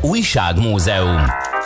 Újságmúzeum.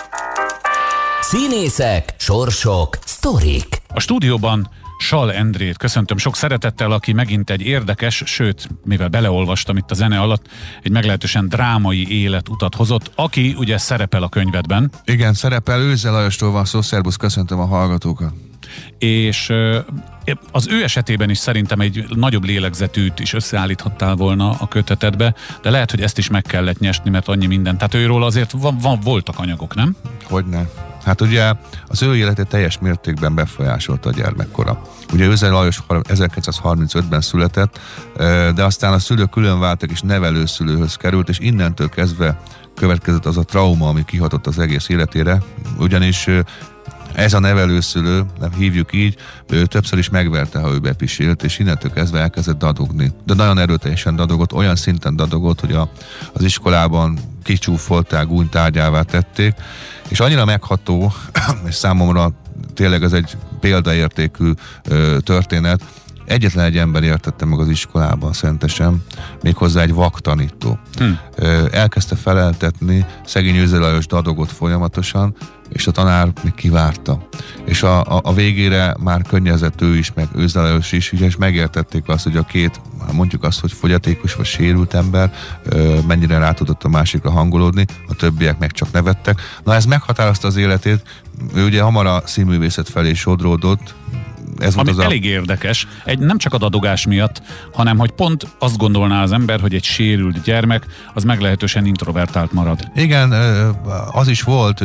Színészek, sorsok, sztorik. A stúdióban Sall Endrét köszöntöm sok szeretettel, aki megint egy érdekes, sőt, mivel beleolvastam itt a zene alatt, egy meglehetősen drámai életutat hozott, aki ugye szerepel a könyvedben. Igen, szerepel, Őze Lajostól van szó, szerbusz, köszöntöm a hallgatókat. És az ő esetében is szerintem egy nagyobb lélegzetűt is összeállíthattál volna a kötetedbe, de lehet, hogy ezt is meg kellett nyesni, mert annyi minden. Tehát őről azért voltak anyagok, nem? Hogyne. Hát ugye az ő életét teljes mértékben befolyásolta a gyermekkora. Ugye Őze Lajos 1935-ben született, de aztán a szülők különváltak és nevelőszülőhöz került, és innentől kezdve következett az a trauma, ami kihatott az egész életére, ugyanis ez a nevelőszülő, nem hívjuk így, ő többször is megverte, ha ő bepisilt, és innentől kezdve elkezdett dadogni. De nagyon erőteljesen dadogott, olyan szinten dadogott, hogy az iskolában kicsúfolták, gúnytárgyává tették, és annyira megható, és számomra tényleg ez egy példaértékű történet, egyetlen egy ember értette meg az iskolában Szentesen, méghozzá egy vaktanító. Elkezdte feleltetni, szegény Őze Lajos dadogott folyamatosan, és a tanár még kivárta. És a végére már könnyezett ő is, meg Őze Lajos is, és megértették azt, hogy a két, mondjuk azt, hogy fogyatékos vagy sérült ember mennyire rá tudott a másikra hangolódni, a többiek meg csak nevettek. Na, ez meghatározta az életét, ő ugye hamar a színművészet felé sodródott. Ami elég érdekes, nem csak a dadogás miatt, hanem hogy pont azt gondolná az ember, hogy egy sérült gyermek az meglehetősen introvertált marad. Igen, az is volt,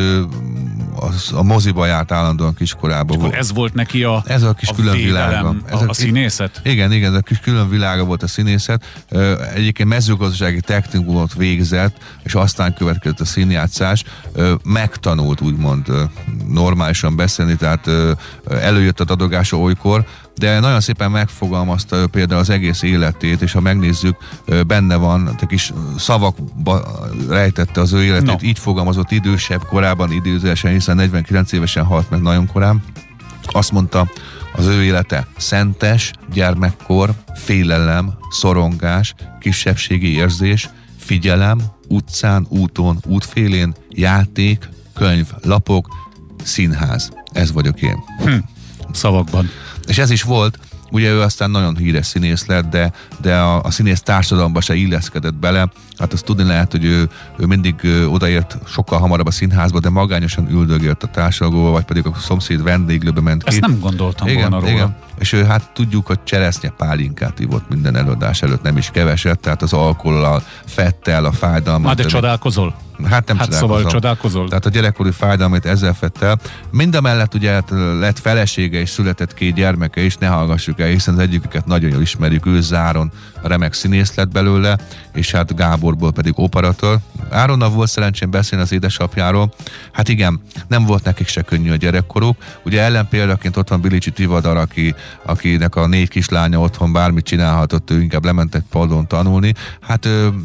a moziba járt állandóan kiskorában. Ez volt neki ez a kis külön világa. A színészet? Igen, ez a kis külön világa volt a színészet. Egyébként mezőgazdasági technikumot végzett, és aztán következett a színjátszás. Megtanult úgymond normálisan beszélni, tehát előjött a dadogás olykor, de nagyon szépen megfogalmazta például az egész életét, és ha megnézzük, benne van, te kis szavakba rejtette az ő életét, így fogalmazott idősebb korában, időzősen, hiszen 49 évesen halt meg nagyon korán. Azt mondta, az ő élete szentes, gyermekkor, félelem, szorongás, kisebbségi érzés, figyelem, utcán, úton, útfélén, játék, könyv, lapok, színház. Ez vagyok én. Szavakban. És ez is volt, ugye ő aztán nagyon híres színész lett, de a színész társadalomba se illeszkedett bele. Hát azt tudni lehet, hogy ő mindig odaért sokkal hamarabb a színházba, de magányosan üldögélt a társadalomba, vagy pedig a szomszéd vendéglőbe ment ki. Ezt nem gondoltam volna róla. Igen. És ő hát tudjuk, hogy cseresznye pálinkát ivott minden előadás előtt, nem is keveset, tehát az alkohollal, fettel, a fájdalmat. De csodálkozol? Hát nem csodálkozom. Szóval csodálkozol. Tehát a gyerekkori fájdalmait ezzel fett el. Mindamellett ugye lett felesége és született 2 gyermeke is, ne hallgassuk el, hiszen az egyiküket nagyon jól ismerjük, ő Záron remek színész lett belőle, és hát Gáborból pedig operatőr. Áronnal volt szerencsém beszélni az édesapjáról. Hát igen, nem volt nekik se könnyű a gyerekkoruk. Ugye ellenpéldaként ott van Bilicsi Tivadar, akinek a 4 kislánya otthon bármit csinálhatott, ő inkább lement egy padon tanulni. Hát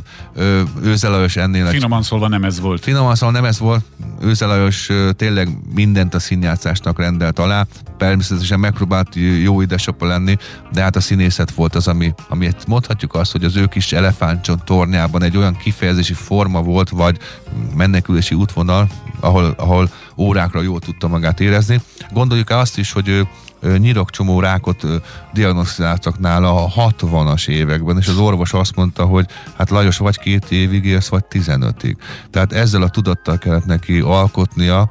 Őze Lajos ennél... Finoman szólva nem ez volt. Finoman szólva nem ez volt. Őze Lajos tényleg mindent a színjátszásnak rendelt alá. Természetesen megpróbált jó édesapa lenni, de hát a színészet volt az, ami mondhatjuk azt, hogy az ő kis elefántcsont tornyában egy olyan kifejezési forma volt, vagy menekülési útvonal, ahol órákra jól tudta magát érezni. Gondoljuk el azt is, hogy ő nyirokcsomó rákot diagnosztizáltak nála a 60-as években, és az orvos azt mondta, hogy hát Lajos, vagy 2 évig élsz, vagy 15-ig. Tehát ezzel a tudattal kellett neki alkotnia,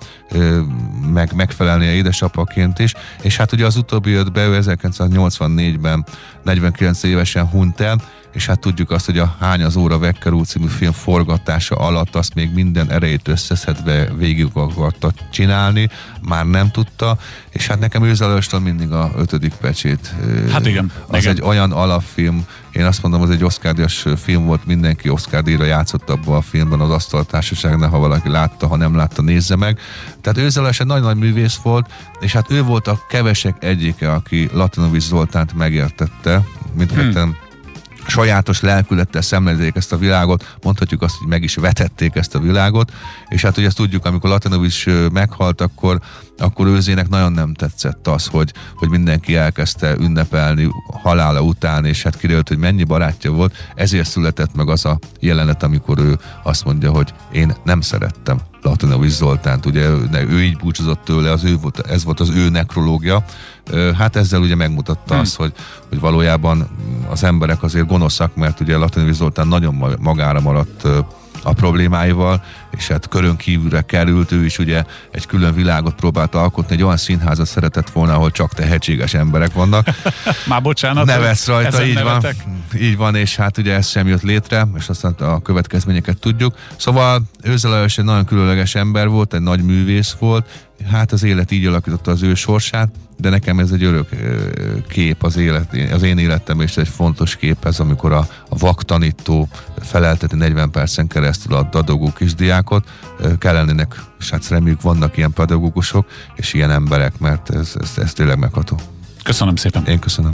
meg megfelelnie édesapaként is, és hát ugye az utóbbi jött be, ő 1984-ben 49 évesen hunyt el, és hát tudjuk azt, hogy a Hány az óra Wecker úr című film forgatása alatt azt még minden erejét összeszedve végig akarta csinálni, már nem tudta, és hát nekem Őze Lajostól mindig a 5. pecsét. Hát igen. Az igen. Egy olyan alapfilm, én azt mondom, az egy Oscar-díjas film volt, mindenki Oscar-díjra játszott abban a filmben, az Asztaltársaságnál, ha valaki látta, ha nem látta, nézze meg. Tehát Őze Lajos egy nagy-nagy művész volt, és hát ő volt a kevesek egyike, aki Latinovics Zoltánt megértette, mindketten sajátos lelkülettel szemlélték ezt a világot, mondhatjuk azt, hogy meg is vetették ezt a világot, és hát ugye ezt tudjuk, amikor Latinovics meghalt, akkor Őzének nagyon nem tetszett az, hogy mindenki elkezdte ünnepelni halála után, és hát kiderült, hogy mennyi barátja volt, ezért született meg az a jelenet, amikor ő azt mondja, hogy én nem szerettem Latinovics Zoltánt, ugye ő így búcsúzott tőle, ez volt az ő nekrológia. Hát ezzel ugye megmutatta azt, hogy valójában az emberek azért gonoszak, mert ugye Latinovics Zoltán nagyon magára maradt a problémáival, és hát körön kívülre került, ő is ugye egy külön világot próbált alkotni, egy olyan színházat szeretett volna, ahol csak tehetséges emberek vannak. Már bocsánat. Nevetsz rajta, így nevetek. van. Így van, és hát ugye ez sem jött létre, és aztán a következményeket tudjuk. Szóval Őze Lajos egy nagyon különleges ember volt, egy nagy művész volt, hát az élet így alakította az ő sorsát, de nekem ez egy örök kép az én életem, és egy fontos kép ez, amikor a vaktanító felelteti 40 percen keresztül a dadogó kisdiákot, kellenének, és hát reméljük vannak ilyen pedagógusok, és ilyen emberek, mert ez tényleg megható. Köszönöm szépen. Én köszönöm.